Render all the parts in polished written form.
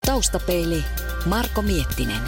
Taustapeili Marko Miettinen.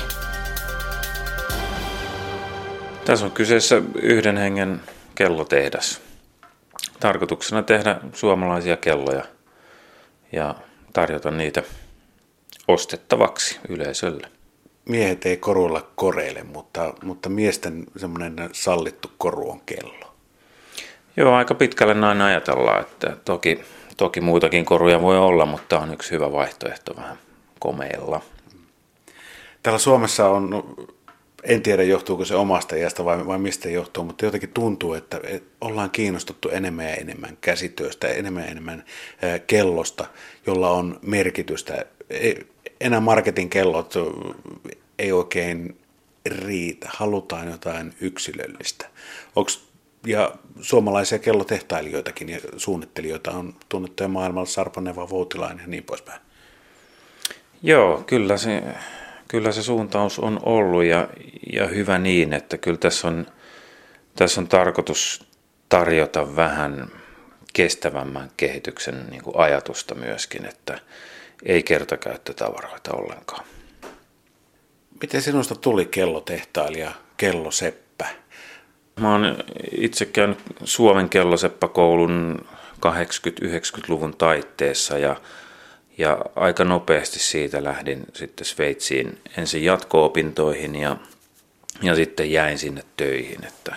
Tässä on kyseessä yhden hengen kellotehdas. Tarkoituksena tehdä suomalaisia kelloja ja tarjota niitä ostettavaksi yleisölle. Miehet ei koruilla koreile, mutta miesten semmoinen sallittu koru on kello. Joo, aika pitkälle näin ajatellaan, että toki muitakin koruja voi olla, mutta on yksi hyvä vaihtoehto vähän komeilla. Täällä Suomessa on, en tiedä johtuuko se omasta iästä vai mistä johtuu, mutta jotenkin tuntuu, että ollaan kiinnostuttu enemmän ja enemmän käsityöstä, enemmän ja enemmän kellosta, jolla on merkitystä. Enää marketin kellot ei oikein riitä, halutaan jotain yksilöllistä. Ja suomalaisia kellotehtailijoitakin ja suunnittelijoita on tunnettuja maailmalla, Sarpaneva, Voutilainen ja niin poispäin. Joo, kyllä se suuntaus on ollut ja hyvä niin, että kyllä tässä on tarkoitus tarjota vähän kestävämmän kehityksen niin kuin ajatusta myöskin, että ei kertakäyttötavaroita ollenkaan. Miten sinusta tuli kellotehtailija, kelloseppä? Mä oon itse käynyt Suomen kelloseppäkoulun 80-90-luvun taitteessa ja aika nopeasti siitä lähdin sitten Sveitsiin ensin jatko-opintoihin ja sitten jäin sinne töihin, että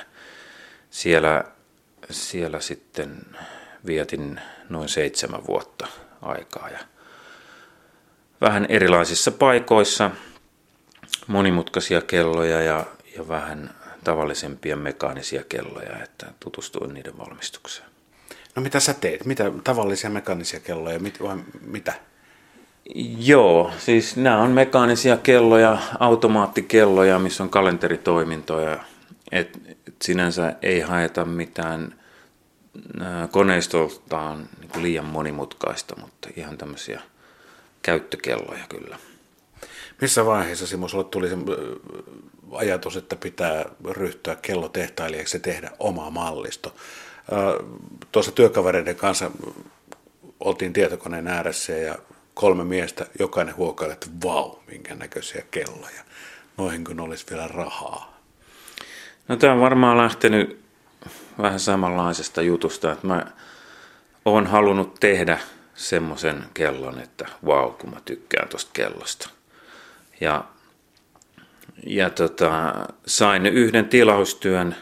siellä sitten vietin noin 7 vuotta aikaa ja vähän erilaisissa paikoissa, monimutkaisia kelloja ja vähän tavallisempia mekaanisia kelloja, että tutustuin niiden valmistukseen. No mitä sä teet? Mitä tavallisia mekaanisia kelloja vai mitä? Joo, siis nämä on mekaanisia kelloja, automaattikelloja, missä on kalenteritoimintoja. Et sinänsä ei haeta mitään koneistoltaan niin liian monimutkaista, mutta ihan tämmöisiä käyttökelloja kyllä. Missä vaiheessa, Simo, sulle tuli se ajatus, että pitää ryhtyä kellotehtailijaksi ja tehdä oma mallisto? Tuossa työkavereiden kanssa oltiin tietokoneen ääressä ja 3 miestä, jokainen huokaili, että vau, minkä näköisiä kelloja. Noihin kun olisi vielä rahaa. No tämä on varmaan lähtenyt vähän samanlaisesta jutusta, että mä oon halunnut tehdä semmoisen kellon, että vau, kun mä tykkään tosta kellosta. Ja sain yhden tilaustyön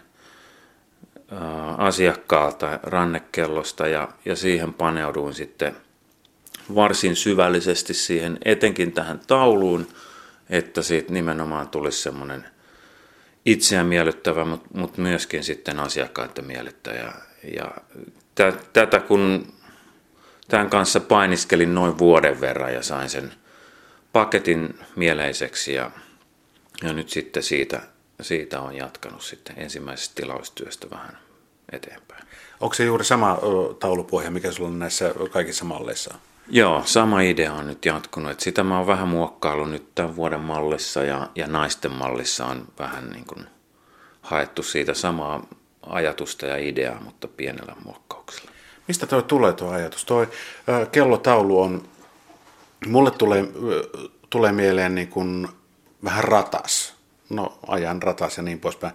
asiakkaalta rannekellosta ja siihen paneuduin sitten varsin syvällisesti siihen, etenkin tähän tauluun, että siitä nimenomaan tulisi semmoinen itseään miellyttävä, mutta myöskin sitten asiakkaita miellyttävä. Ja tätä kun tämän kanssa painiskelin noin vuoden verran ja sain sen paketin mieleiseksi ja nyt sitten siitä on jatkanut sitten ensimmäisestä tilaustyöstä vähän eteenpäin. Onko se juuri sama taulupohja, mikä sulla on näissä kaikissa malleissa? Joo, sama idea on nyt jatkunut. Että sitä mä oon vähän muokkaillut nyt tämän vuoden mallissa ja naisten mallissa on vähän niin kuin haettu siitä samaa ajatusta ja ideaa, mutta pienellä muokkauksella. Mistä tulee tuo ajatus? Tuo kellotaulu on, mulle tulee mieleen niin kuin vähän ratas. No ajan ratas ja niin poispäin.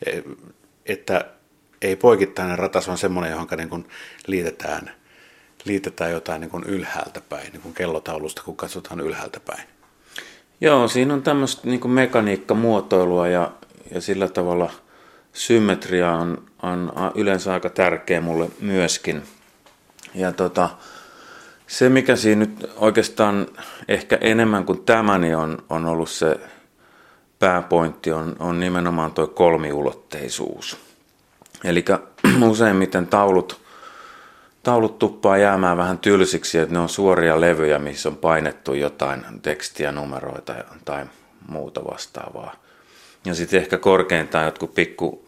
Että ei poikittainen ratas, vaan semmoinen, johon niin kuin liitetään jotain niin kuin ylhäältä päin, niin kuin kellotaulusta, kun katsotaan ylhäältä päin. Joo, siinä on tämmöistä niin kuin mekaniikkamuotoilua ja sillä tavalla symmetria on yleensä aika tärkeä mulle myöskin. Ja se, mikä siinä nyt oikeastaan ehkä enemmän kuin tämä, niin on ollut se pääpointti, on nimenomaan tuo kolmiulotteisuus. Eli useimmiten taulut tuppaa jäämään vähän tylsiksi, että ne on suoria levyjä, missä on painettu jotain tekstiä, numeroita tai muuta vastaavaa. Ja sitten ehkä korkeintaan jotkut pikku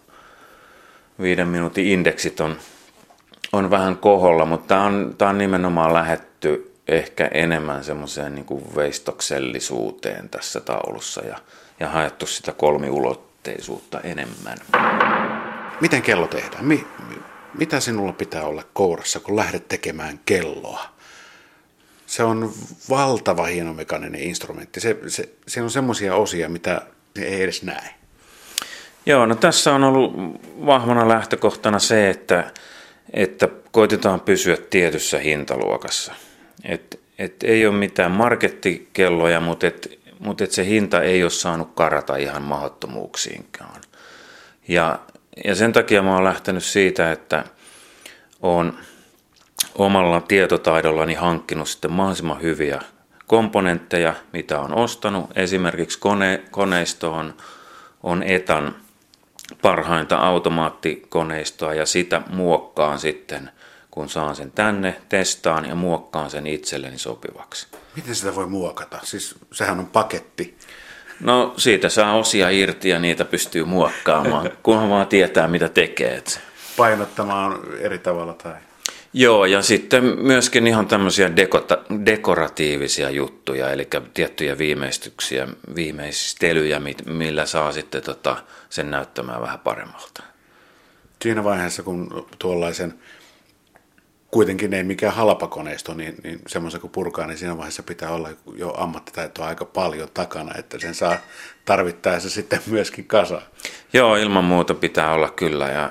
5 minuutin indeksit on vähän koholla, mutta tämä on nimenomaan lähdetty ehkä enemmän semmoiseen niin kuin veistoksellisuuteen tässä taulussa ja haettu sitä kolmiulotteisuutta enemmän. Miten kello tehdään? Mitä sinulla pitää olla kourassa, kun lähdet tekemään kelloa? Se on valtava hieno mekaaninen instrumentti. Se on semmoisia osia, mitä ei edes näe. Joo, no tässä on ollut vahvana lähtökohtana se, että koitetaan pysyä tietyssä hintaluokassa. Et ei ole mitään markettikelloja, mutta se hinta ei ole saanut karata ihan mahdottomuuksiinkaan. Ja sen takia mä oon lähtenyt siitä, että oon omalla tietotaidollani hankkinut sitten mahdollisimman hyviä komponentteja, mitä on ostanut. Esimerkiksi koneisto on Etan parhainta automaattikoneistoa ja sitä muokkaan sitten, kun saan sen tänne, testaan ja muokkaan sen itselleni sopivaksi. Miten sitä voi muokata? Siis sehän on paketti. No siitä saa osia irti ja niitä pystyy muokkaamaan, kunhan vaan tietää mitä tekee. Painottamaan eri tavalla tai... Joo, ja sitten myöskin ihan tämmöisiä dekoratiivisia juttuja, eli tiettyjä viimeistyksiä, viimeistelyjä, millä saa sitten sen näyttämään vähän paremmalta. Siinä vaiheessa, kun tuollaisen, kuitenkin ei mikään halpakoneisto, niin semmoisen kun purkaa, niin siinä vaiheessa pitää olla jo ammattitaitoa aika paljon takana, että sen saa tarvittaessa sitten myöskin kasaan. Joo, ilman muuta pitää olla kyllä, ja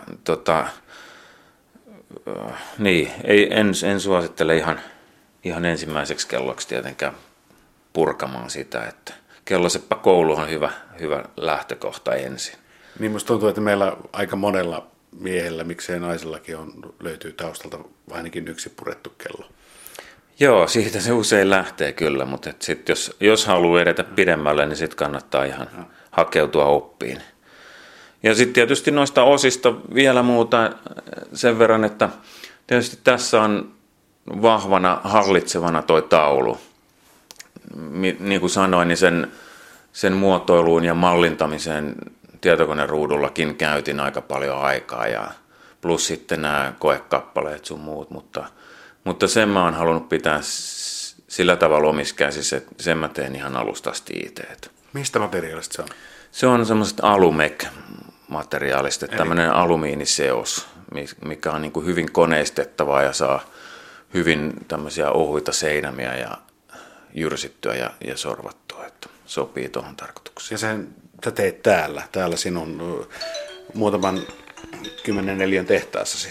niin, en suosittele ihan ensimmäiseksi kelloksi tietenkään purkamaan sitä, että kelloseppä koulu on hyvä lähtökohta ensin. Niin musta tuntuu, että meillä aika monella miehellä, miksei naisellakin löytyy taustalta ainakin yksi purettu kello. Joo, siitä se usein lähtee kyllä, mutta sitten jos haluaa edetä pidemmälle, niin sitten kannattaa ihan hakeutua oppiin. Ja sitten tietysti noista osista vielä muuta sen verran, että tietysti tässä on vahvana hallitsevana toi taulu. Niin kuin sanoin, niin sen muotoiluun ja mallintamiseen tietokoneruudullakin käytin aika paljon aikaa ja plus sitten nämä koekappaleet sun muut, mutta sen mä oon halunnut pitää sillä tavalla omissa käsissä, että sen mä teen ihan alusta asti itse. Mistä materiaalista se on? Se on semmoiset Alumec-materiaalista, tämmöinen alumiiniseos, mikä on niin kuin hyvin koneistettavaa ja saa hyvin tämmöisiä ohuita seinämiä ja jyrsittyä ja sorvattua, että sopii tuohon tarkoitukseen. Ja sen sä teet täällä sinun muutaman 10 neliön tehtaassasi.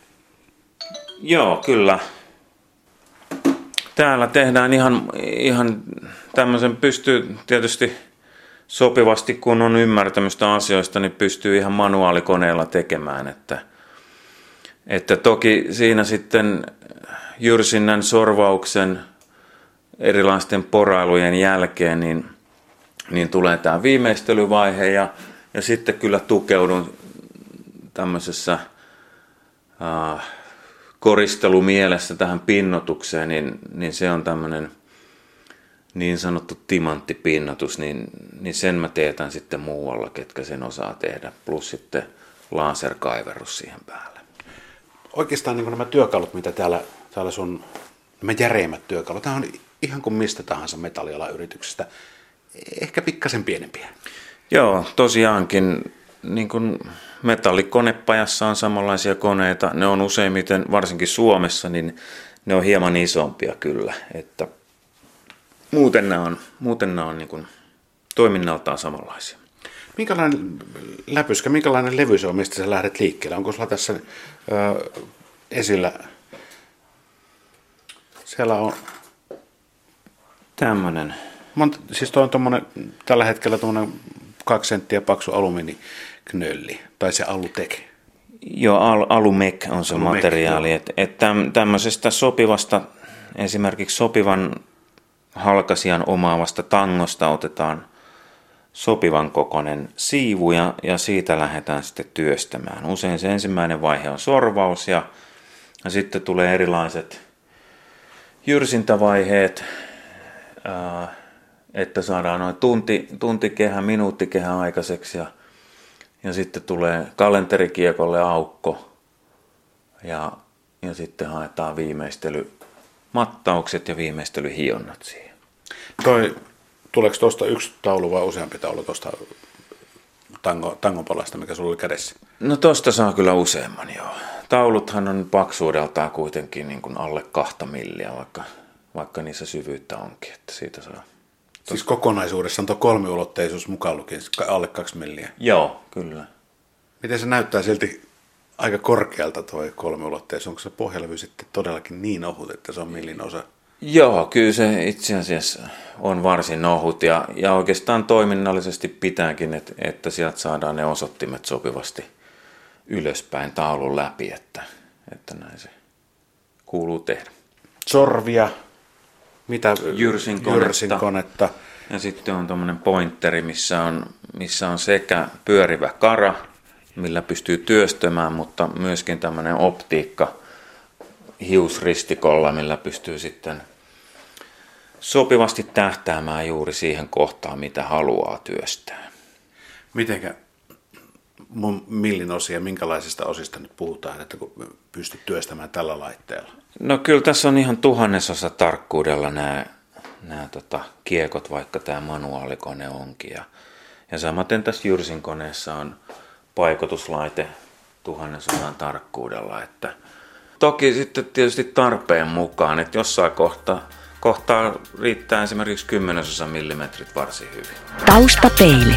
Joo, kyllä. Täällä tehdään ihan tämmöisen, pystyy tietysti sopivasti, kun on ymmärtämystä asioista, niin pystyy ihan manuaalikoneella tekemään. Että toki siinä sitten jyrsinnän, sorvauksen, erilaisten porailujen jälkeen, niin tulee tämä viimeistelyvaihe ja sitten kyllä tukeudun tämmöisessä koristelumielessä tähän pinnotukseen, niin se on tämmöinen niin sanottu timanttipinnotus, niin sen mä teetän sitten muualla, ketkä sen osaa tehdä, plus sitten laserkaiverus siihen päälle. Oikeastaan niin nämä työkalut, mitä täällä sun, nämä järeimmät työkalut, tämä on ihan kuin mistä tahansa metallialan yrityksestä, ehkä pikkasen pienempiä. Joo, tosiaankin niin kuin metallikonepajassa on samanlaisia koneita, ne on useimmiten, varsinkin Suomessa, niin ne on hieman isompia kyllä, että muuten nämä on niin kuin toiminnaltaan samanlaisia. Minkälainen läpyskä, minkälainen levy se on, mistä sä lähdet liikkeelle? Onko sulla tässä esillä? Siellä on tämmöinen. Siis tuo on tommonen, tällä hetkellä tuommoinen 2 senttiä paksu alumiiniknölli, tai se Alutec. Joo, Alumec on se materiaali. Että tämmöisestä sopivasta, esimerkiksi sopivan halkasijan omaavasta tangosta otetaan sopivan kokoinen siivu ja siitä lähdetään sitten työstämään. Usein se ensimmäinen vaihe on sorvaus ja sitten tulee erilaiset jyrsintävaiheet, että saadaan noin tuntikehä, minuuttikehä aikaiseksi ja sitten tulee kalenterikiekolle aukko ja sitten haetaan viimeistelymattaukset ja viimeistelyhionnat siihen. Tuleeko tuosta yksi taulu vai useampi taulu tuosta tangonpalasta, mikä sulla oli kädessä? No tosta saa kyllä useamman, joo. Tauluthan on paksuudeltaan kuitenkin niin kuin alle 2 milliä, vaikka niissä syvyyttä onkin, että siitä saa. Siis kokonaisuudessaan tuo kolmiulotteisuus mukaan lukien alle 2 milliä. Joo, kyllä. Miten se näyttää silti aika korkealta tuo kolmiulotteisuus? Onko se pohjalevy sitten todellakin niin ohut, että se on millin osa? Joo, kyllä se itse asiassa on varsin ohut ja oikeastaan toiminnallisesti pitääkin, että sieltä saadaan ne osoittimet sopivasti ylöspäin taulun läpi, että näin se kuuluu tehdä. Sorvia, mitä Jyrsinkonetta. Ja sitten on tuommoinen pointeri, missä on sekä pyörivä kara, millä pystyy työstämään, mutta myöskin tämmöinen optiikka hiusristikolla, millä pystyy sitten sopivasti tähtäämään juuri siihen kohtaan, mitä haluaa työstää. Mitenkä millin osia, minkälaisista osista nyt puhutaan, että kun pystyt työstämään tällä laitteella? No kyllä tässä on ihan 1000% tarkkuudella nämä kiekot, vaikka tämä manuaalikone onkin. Ja samaten tässä Jyrsin koneessa on paikotuslaite 1000% tarkkuudella. Että toki sitten tietysti tarpeen mukaan, että jossain kohtaa riittää esimerkiksi 10 millimetrit varsin hyvin. Taustapeili.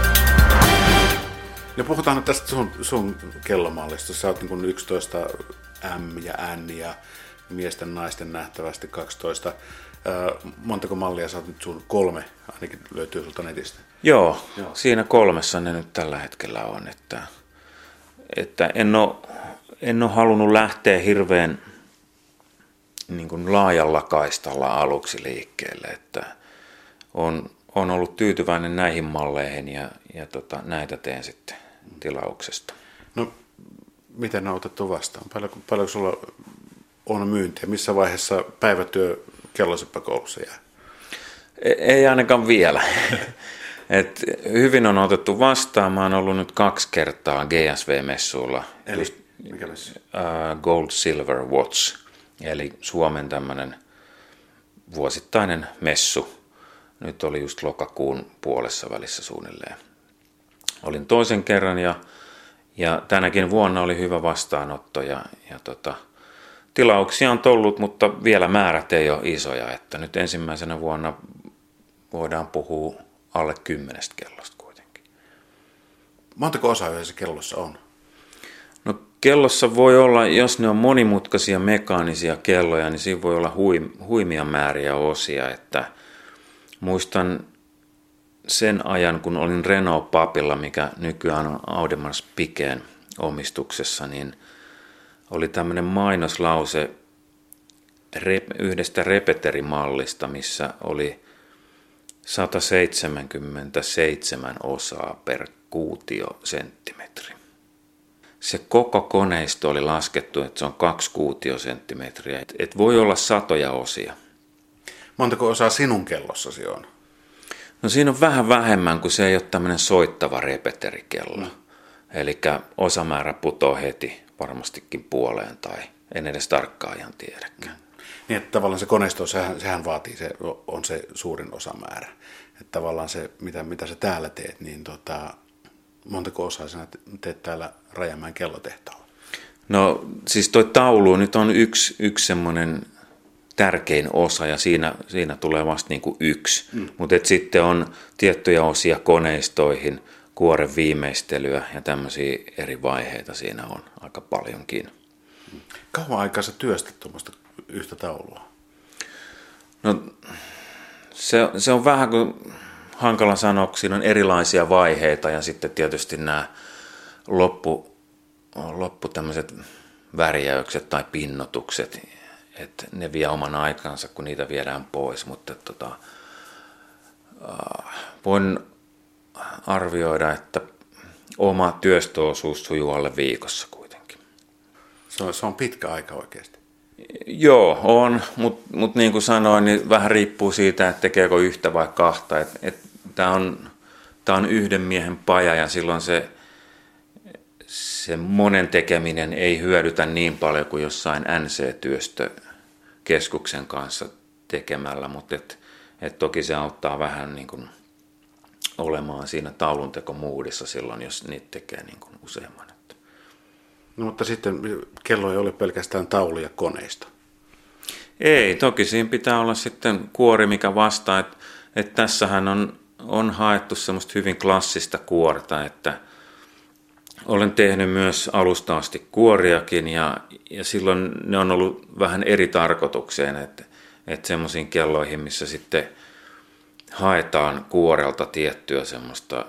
No puhutaan nyt tästä sun kellomallista. Sä oot niin kuin 11 M ja N ja miesten naisten nähtävästi 12. Montako mallia sä oot nyt sun 3, ainakin löytyy sulta netistä? Joo, siinä 3 ne nyt tällä hetkellä on. Että en ole halunnut lähteä hirveän niin kuin laajalla kaistalla aluksi liikkeelle. Että on ollut tyytyväinen näihin malleihin ja näitä teen sitten tilauksesta. No, miten ne on otettu vastaan? Paljonko sulla on myyntiä? Missä vaiheessa päivätyö kelloseppäkoulussa jää? Ei ainakaan vielä. Et hyvin on otettu vastaan. Mä oon ollut nyt 2 kertaa GSV-messuilla. Eli mikä messu? Gold Silver Watch, eli Suomen tämmöinen vuosittainen messu. Nyt oli just lokakuun puolessa välissä suunnilleen. Olin 2. kerran ja tänäkin vuonna oli hyvä vastaanotto ja tilauksia on tullut, mutta vielä määrät ei ole isoja, että nyt ensimmäisenä vuonna voidaan puhua alle 10 kellosta kuitenkin. Montako osaa yhdessä kellossa on? No kellossa voi olla, jos ne on monimutkaisia mekaanisia kelloja, niin siinä voi olla huimia määriä osia, että muistan sen ajan, kun olin Renault Papilla, mikä nykyään on Audemars Piguet'n omistuksessa, niin oli tämmöinen mainoslause yhdestä repeterimallista, missä oli 177 osaa per kuutiosenttimetri. Se koko koneisto oli laskettu, että se on 2 kuutiosenttimetriä. Et voi olla satoja osia. Montako osaa sinun kellossasi on? No siinä on vähän vähemmän, kun se ei ole tämmöinen soittava repeterikello. Eli osamäärä putoo heti varmastikin puoleen tai en edes tarkkaan ihan tiedäkään. Niin, että tavallaan se koneisto, sehän vaatii, se on se suurin osamäärä. Että tavallaan se, mitä sä täällä teet, niin montako osaa sä teet täällä Rajamäen kellotehtaalla? No siis toi taulu nyt on yksi semmoinen tärkein osa ja siinä tulee vasta niin kuin 1. Mutta sitten on tiettyjä osia koneistoihin, kuoren viimeistelyä ja tämmöisiä eri vaiheita siinä on aika paljonkin. Kauan aikaa sä työstät tuommoista yhtä taulua? No se on vähän kuin hankala sanoa, kun siinä on erilaisia vaiheita ja sitten tietysti nämä loppu tämmöiset värjäykset tai pinnotukset, että ne vie oman aikansa, kun niitä viedään pois, mutta voin arvioida, että oma työstöosuus sujuu alle viikossa kuitenkin. Se on pitkä aika oikeasti. Joo, on, mutta niin kuin sanoin, niin vähän riippuu siitä, että tekeekö yhtä vai 2. Tämä on yhden miehen paja ja silloin se monen tekeminen ei hyödytä niin paljon kuin jossain NC-työstökeskuksen kanssa tekemällä, mutta toki se auttaa vähän niin kuin olemaan siinä tauluntekomoodissa silloin, jos niitä tekee niin kuin useamman. No, mutta sitten kello ei ole pelkästään taulu ja koneisto. Ei, toki siinä pitää olla sitten kuori, mikä vastaa, että tässähän on haettu semmoista hyvin klassista kuorta, että olen tehnyt myös alusta asti kuoriakin ja silloin ne on ollut vähän eri tarkoitukseen, että semmoisiin kelloihin, missä sitten haetaan kuorelta tiettyä semmoista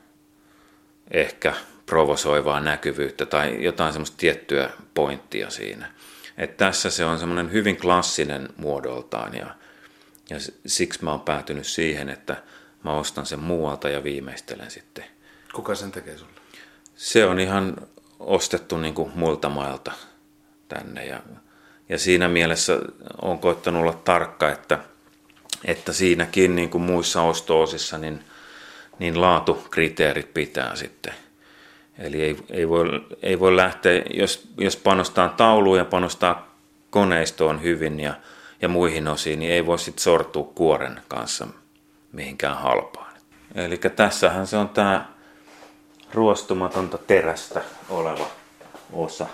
ehkä provosoivaa näkyvyyttä tai jotain semmoista tiettyä pointtia siinä. Että tässä se on semmoinen hyvin klassinen muodoltaan ja siksi mä oon päätynyt siihen, että mä ostan sen muualta ja viimeistelen sitten. Kuka sen tekee sulle? Se on ihan ostettu niin kuin muilta mailta tänne ja siinä mielessä on koittanut olla tarkka, että siinäkin niin kuin muissa osto-osissa niin laatukriteerit pitää sitten. Eli ei voi lähteä, jos panostaa tauluun ja panostaa koneistoon hyvin ja muihin osiin, niin ei voi sitten sortua kuoren kanssa mihinkään halpaan. Eli tässähän se on tämä ruostumatonta terästä oleva osa,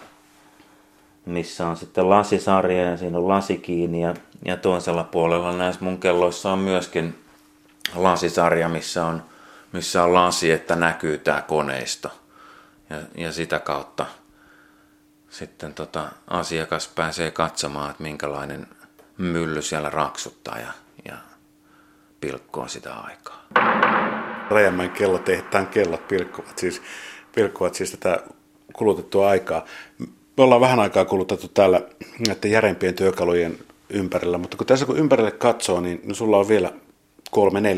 missä on sitten lasisarja ja siinä on lasi kiinni ja toisella puolella näissä mun kelloissa on myöskin lasisarja, missä on lasi, että näkyy tämä koneisto. Ja sitä kautta sitten asiakas pääsee katsomaan, että minkälainen mylly siellä raksuttaa ja pilkkoo sitä aikaa. Rajamäen kellotehtaan kellot pilkkuvat siis tätä kulutettua aikaa. Me ollaan vähän aikaa kulutettu täällä näiden järeimpien työkalujen ympärillä, mutta kun ympärille katsoo, niin sulla on vielä 3-4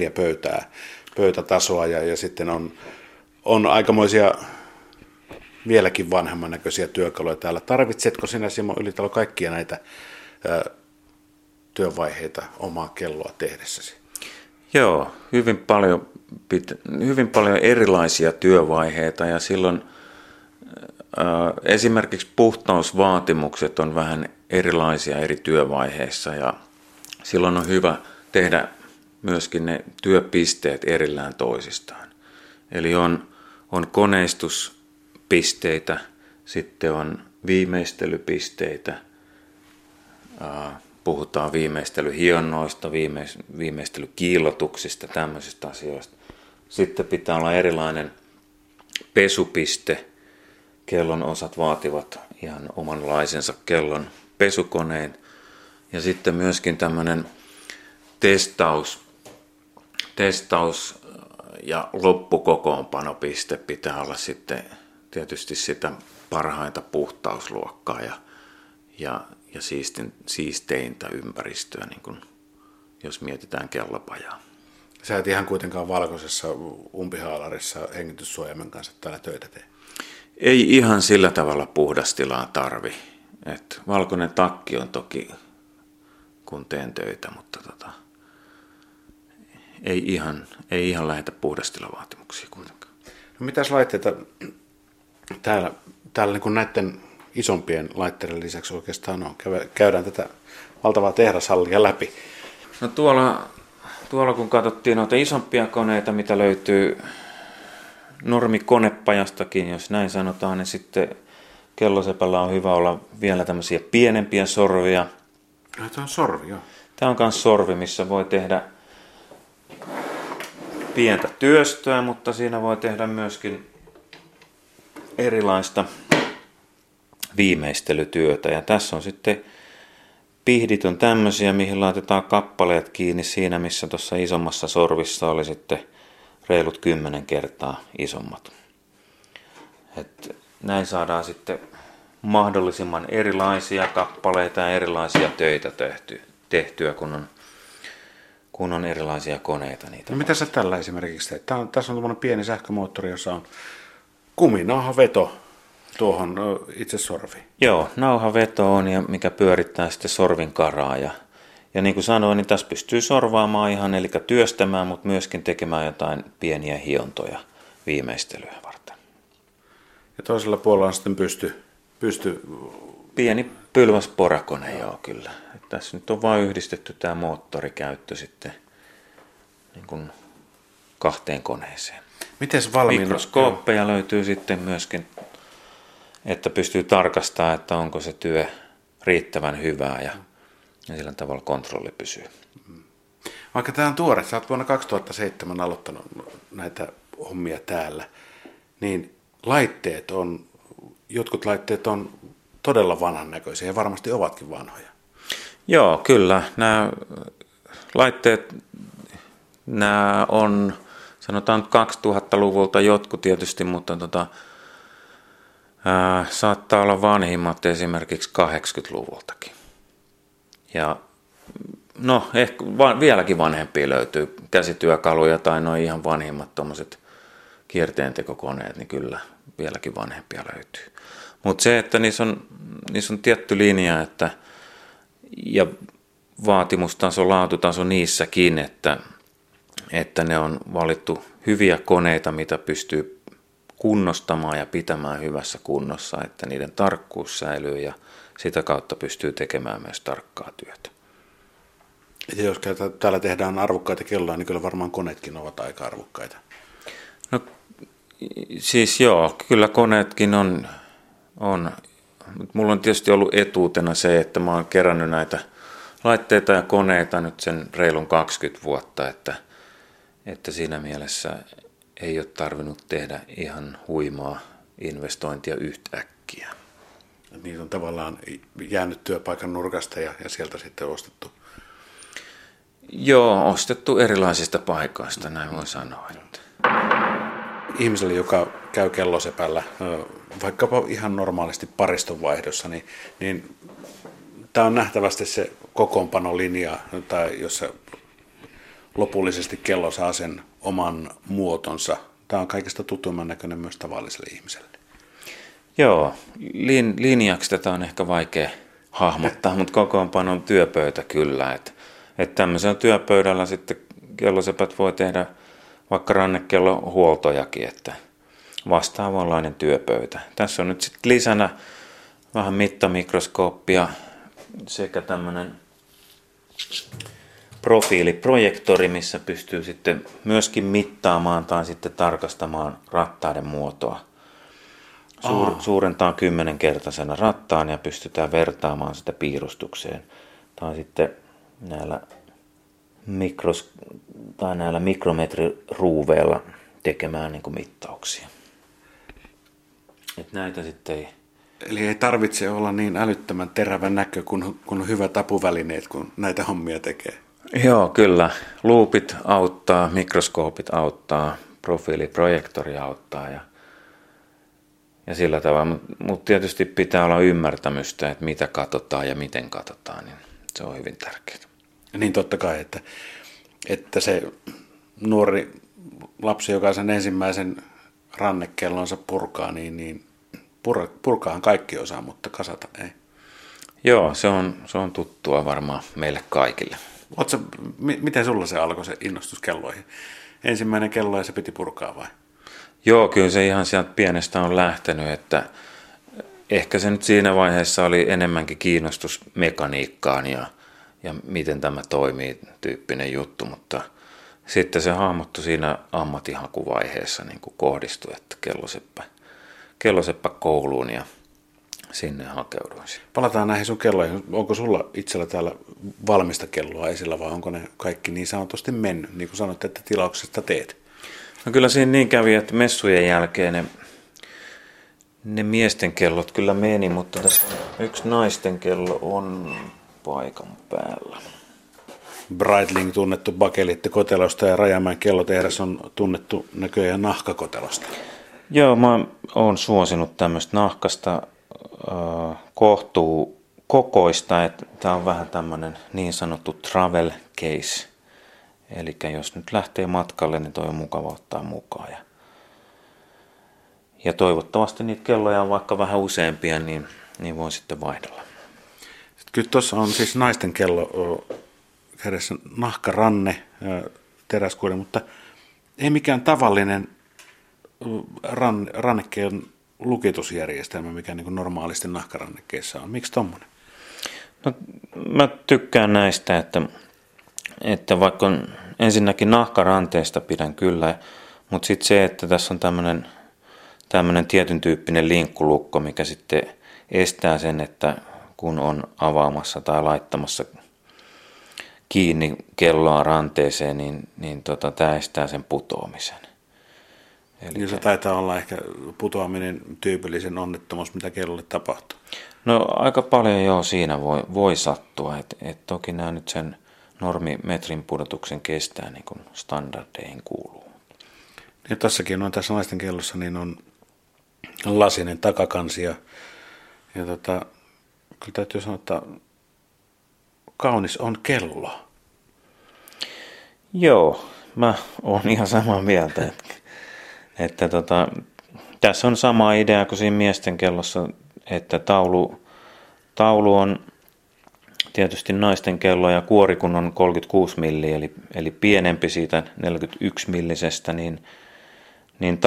pöytätasoa ja sitten on aikamoisia vieläkin vanhemman näköisiä työkaluja täällä. Tarvitsetko sinä, Simo Ylitalo, kaikkia näitä työvaiheita omaa kelloa tehdessäsi? Joo, hyvin paljon erilaisia työvaiheita ja silloin esimerkiksi puhtausvaatimukset on vähän erilaisia eri työvaiheissa ja silloin on hyvä tehdä myöskin ne työpisteet erillään toisistaan. Eli on koneistuspisteitä, sitten on viimeistelypisteitä, puhutaan viimeistelyhionnoista, viimeistelykiillotuksista, tämmöisistä asioista. Sitten pitää olla erilainen pesupiste. Kellon osat vaativat ihan omanlaisensa kellon pesukoneen. Ja sitten myöskin tämmöinen testaus ja loppukokoonpanopiste pitää olla sitten tietysti sitä parhainta puhtausluokkaa ja siisteintä ympäristöä, niin kuin jos mietitään kellopajaa. Sä et ihan kuitenkaan valkoisessa umpihaalarissa hengityssuojaimen kanssa täällä töitä tee. Ei ihan sillä tavalla puhdastilaa tarvi. Et valkoinen takki on toki, kun teen töitä, mutta ei ihan lähetä puhdastilavaatimuksia kuitenkaan. No mitäs laitteita täällä niin kuin näiden isompien laitteiden lisäksi oikeastaan on? Käydään tätä valtavaa tehdashallia läpi. No tuolla kun katsottiin noita isompia koneita, mitä löytyy normikonepajastakin, jos näin sanotaan, niin sitten kellosepällä on hyvä olla vielä tämmöisiä pienempiä sorvia. Tämä on sorvi, joo. Tämä on myös sorvi, missä voi tehdä pientä työstöä, mutta siinä voi tehdä myöskin erilaista viimeistelytyötä. Ja tässä on sitten pihdit on tämmöisiä, mihin laitetaan kappaleet kiinni siinä, missä tuossa isommassa sorvissa oli sitten reilut 10 kertaa isommat. Et näin saadaan sitten mahdollisimman erilaisia kappaleita ja erilaisia töitä tehtyä, kun on erilaisia koneita. Niitä no mitä sä tällä esimerkiksi teet? Tässä on tämmöinen pieni sähkömoottori, jossa on kuminauhaveto tuohon itse sorviin. Joo, nauhaveto on, ja mikä pyörittää sitten sorvin karaa. Ja niin kuin sanoin, niin tässä pystyy sorvaamaan ihan, eli työstämään, mutta myöskin tekemään jotain pieniä hiontoja viimeistelyä varten. Ja toisella puolella on sitten pysty... Pieni pylväsporakone, joo kyllä. Et tässä nyt on vain yhdistetty tämä moottorikäyttö sitten niin kuin 2 koneeseen. Mites valmiina? Mikroskooppeja löytyy sitten myöskin, että pystyy tarkastamaan, että onko se työ riittävän hyvää ja sillä tavalla kontrolli pysyy. Vaikka tämä on tuore, sä oot vuonna 2007 aloittanut näitä hommia täällä, niin jotkut laitteet on todella vanhan näköisiä ja varmasti ovatkin vanhoja. Joo, kyllä. Nämä laitteet, nämä on, sanotaan 2000-luvulta jotkut tietysti, mutta saattaa olla vanhimmat esimerkiksi 80-luvultakin. Ja no, ehkä vieläkin vanhempia löytyy käsityökaluja tai noin ihan vanhimmat tuommoiset kierteentekokoneet, niin kyllä vieläkin vanhempia löytyy. Mutta se, että niissä on tietty linja ja vaatimustaso, laatutaso niissäkin, että ne on valittu hyviä koneita, mitä pystyy kunnostamaan ja pitämään hyvässä kunnossa, että niiden tarkkuus säilyy ja sitä kautta pystyy tekemään myös tarkkaa työtä. Ja jos täällä tehdään arvokkaita kelloja, niin kyllä varmaan koneetkin ovat aika arvokkaita. No siis joo, kyllä koneetkin on. Mulla on tietysti ollut etuutena se, että mä oon kerännyt näitä laitteita ja koneita nyt sen reilun 20 vuotta, että siinä mielessä ei ole tarvinnut tehdä ihan huimaa investointia yhtäkkiä. Niitä on tavallaan jäänyt työpaikan nurkasta ja sieltä sitten ostettu. Joo, ostettu erilaisista paikoista, näin voi sanoa. Ihmiselle, joka käy kellosepällä, vaikkapa ihan normaalisti paristonvaihdossa, niin tämä on nähtävästi se kokoonpanolinja, jossa lopullisesti kello saa sen oman muotonsa. Tämä on kaikista tutuimman näköinen myös tavalliselle ihmiselle. Joo, linjaksi tätä on ehkä vaikea hahmottaa, mutta kokoonpano on työpöytä kyllä. Että tämmöisellä työpöydällä sitten kellosepät voi tehdä vaikka rannekello huoltojakin, että vastaavanlainen työpöytä. Tässä on nyt sitten lisänä vähän mittamikroskooppia sekä tämmöinen profiiliprojektori, missä pystyy sitten myöskin mittaamaan tai sitten tarkastamaan rattaiden muotoa. Suurentaa 10-kertaisena rattaan ja pystytään vertaamaan sitä piirustukseen. Tai sitten näillä mikrometriruuveilla tekemään niin kuin mittauksia. Et näitä sitten ei... Eli ei tarvitse olla niin älyttömän terävä näkö, kun on hyvät apuvälineet, kun näitä hommia tekee. Joo, kyllä. Luupit auttaa, mikroskoopit auttaa, profiiliprojektori auttaa ja sillä tavalla. Mutta tietysti pitää olla ymmärtämystä, että mitä katsotaan ja miten katsotaan, niin se on hyvin tärkeää. Niin totta kai, että se nuori lapsi, joka sen ensimmäisen rannekellonsa purkaa, niin purkaahan kaikki osaa, mutta kasata ei. Joo, se on tuttua varmaan meille kaikille. Miten sulla se alkoi se innostus kelloihin? Ensimmäinen kello ja se piti purkaa vai? Joo, kyllä se ihan sieltä pienestä on lähtenyt, että ehkä se nyt siinä vaiheessa oli enemmänkin kiinnostus mekaniikkaan ja miten tämä toimii tyyppinen juttu, mutta sitten se hahmottui siinä ammatinhakuvaiheessa niin kuin kohdistui, että kelloseppä kouluun ja sinne hakeuduin. Palataan näihin sun kelloihin. Onko sulla itsellä täällä valmista kelloa esillä vai onko ne kaikki niin sanotusti mennyt, niin kuin sanoit, että tilauksesta teet? No kyllä siinä niin kävi, että messujen jälkeen ne miesten kellot kyllä meni, mutta tässä yksi naisten kello on paikan päällä. Breitling tunnettu bakeliittikotelosta ja Rajamäen kellotehdas on tunnettu näköjään nahkakotelosta. Joo, mä oon suosinut tämmöistä nahkasta kohtuu kokoista, että tää on vähän tämmöinen niin sanottu travel case. Eli jos nyt lähtee matkalle, niin toi on mukava ottaa mukaan. Ja toivottavasti niitä kelloja on vaikka vähän useampia, niin voi sitten vaihdella. Kyllä tuossa on siis naisten kello kädessä nahkaranne, teräskuori, mutta ei mikään tavallinen rannekkeen lukitusjärjestelmä, mikä niin kuin normaalisti nahkarannekkeissa on. Miksi tommonen? No, mä tykkään näistä, että vaikka ensinnäkin nahkaranteesta pidän kyllä, mutta sitten se, että tässä on tämmöinen tietyn tyyppinen linkkulukko, mikä sitten estää sen, että kun on avaamassa tai laittamassa kiinni kelloa ranteeseen, niin tämä estää sen putoamisen. Eli se taitaa olla ehkä putoaminen tyypillisen onnettomuus, mitä kellolle tapahtuu. No aika paljon joo siinä voi sattua. Et toki nämä nyt sen normimetrin pudotuksen kestää niin kuin standardeihin kuuluu. Ja tossakin on tässä naisten kellossa niin on lasinen takakansi ja kyllä täytyy sanoa, että kaunis on kello. Joo, mä oon ihan samaa mieltä. Että tässä on sama idea kuin siinä miesten kellossa, että taulu on tietysti naisten kello ja kuori kun on 36 milliä, eli pienempi siitä 41 millisestä, niin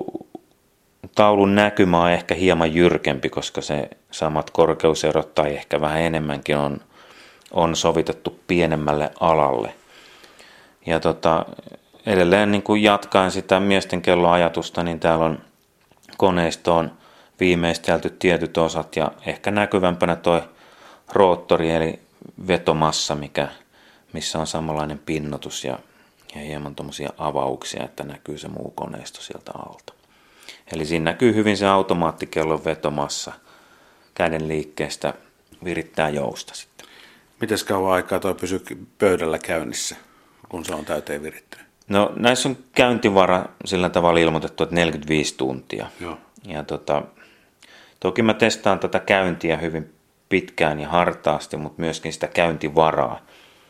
taulun näkymä on ehkä hieman jyrkempi, koska se samat korkeuserot tai ehkä vähän enemmänkin on sovitettu pienemmälle alalle. Ja edelleen niin kuin jatkaen sitä miesten kelloajatusta, niin täällä on koneistoon viimeistelty tietyt osat ja ehkä näkyvämpänä toi roottori eli vetomassa, missä on samanlainen pinnotus ja hieman tuommoisia avauksia, että näkyy se muu koneisto sieltä alta. Eli siinä näkyy hyvin se automaattikellon vetomassa käden liikkeestä virittää jousta sitten. Mites kauan aikaa toi pysyy pöydällä käynnissä, kun se on täyteen virittynyt? No näissä on käyntivara sillä tavalla ilmoitettu, että 45 tuntia. Joo. Ja toki mä testaan tätä käyntiä hyvin pitkään ja hartaasti, mutta myöskin sitä käyntivaraa.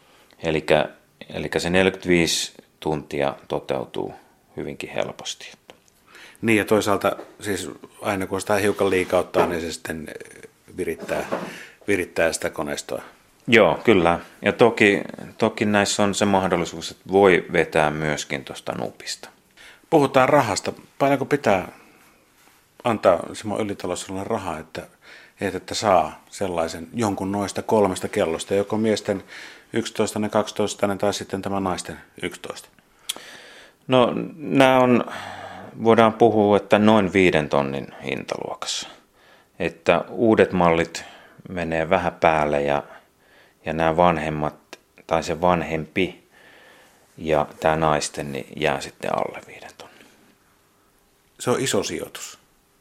Eli se 45 tuntia toteutuu hyvinkin helposti. Niin ja toisaalta siis aina kun sitä hiukan liikauttaa, niin se sitten virittää sitä koneistoa. Joo, kyllä. Ja toki näissä on se mahdollisuus, että voi vetää myöskin tuosta nupista. Puhutaan rahasta. Paljonko pitää antaa Simo Ylitalo sellainen raha, että saa sellaisen jonkun noista 3 kellosta, joko miesten 11, 12 tai sitten tämä naisten 11? No nämä voidaan puhua, että noin 5 tonnin hintaluokassa. Että uudet mallit menee vähän päälle ja nämä vanhemmat tai se vanhempi ja tämä naisten niin jää sitten alle 5 tonnin. Se on iso sijoitus.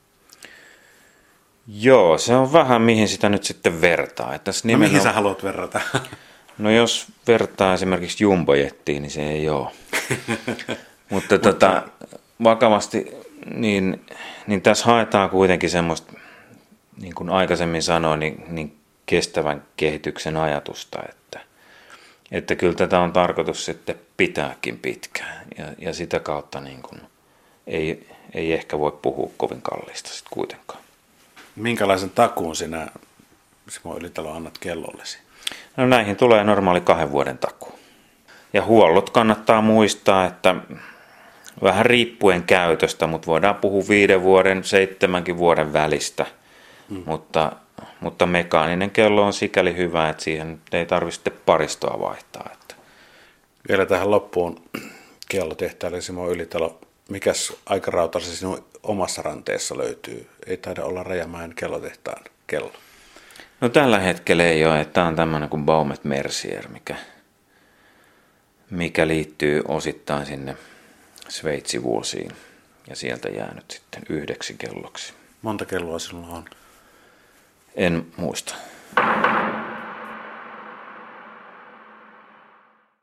Joo, se on vähän mihin sitä nyt sitten vertaa. Että mihin sä haluat verrata? No jos vertaa esimerkiksi jumbojettiin, niin se ei ole. Mutta vakavasti, niin tässä haetaan kuitenkin semmoista, niin kuin aikaisemmin sanoin, niin kestävän kehityksen ajatusta, että kyllä tätä on tarkoitus sitten pitääkin pitkään. Ja sitä kautta niin kuin ei ehkä voi puhua kovin kalliista sitten kuitenkaan. Minkälaisen takuun sinä, Simo Ylitalo, annat kellollesi? No näihin tulee normaali 2 vuoden takuu. Ja huollot kannattaa muistaa, että vähän riippuen käytöstä, mutta voidaan puhua 5 vuoden, 7 vuoden välistä. Mutta mekaaninen kello on sikäli hyvä, että siihen ei tarvitse sitten paristoa vaihtaa. Vielä tähän loppuun kellotehtaalle, Simo Ylitalo. Mikäs aikarauta se sinun omassa ranteessa löytyy? Ei taida olla Rajamäen kellotehtaan kello. No tällä hetkellä ei ole. Tämä on tämmöinen kuin Baumet Mercier, mikä liittyy osittain sinne Sveitsi-vuosiin ja sieltä jäänyt sitten 9 kelloksi. Monta kelloa sinulla on? En muista.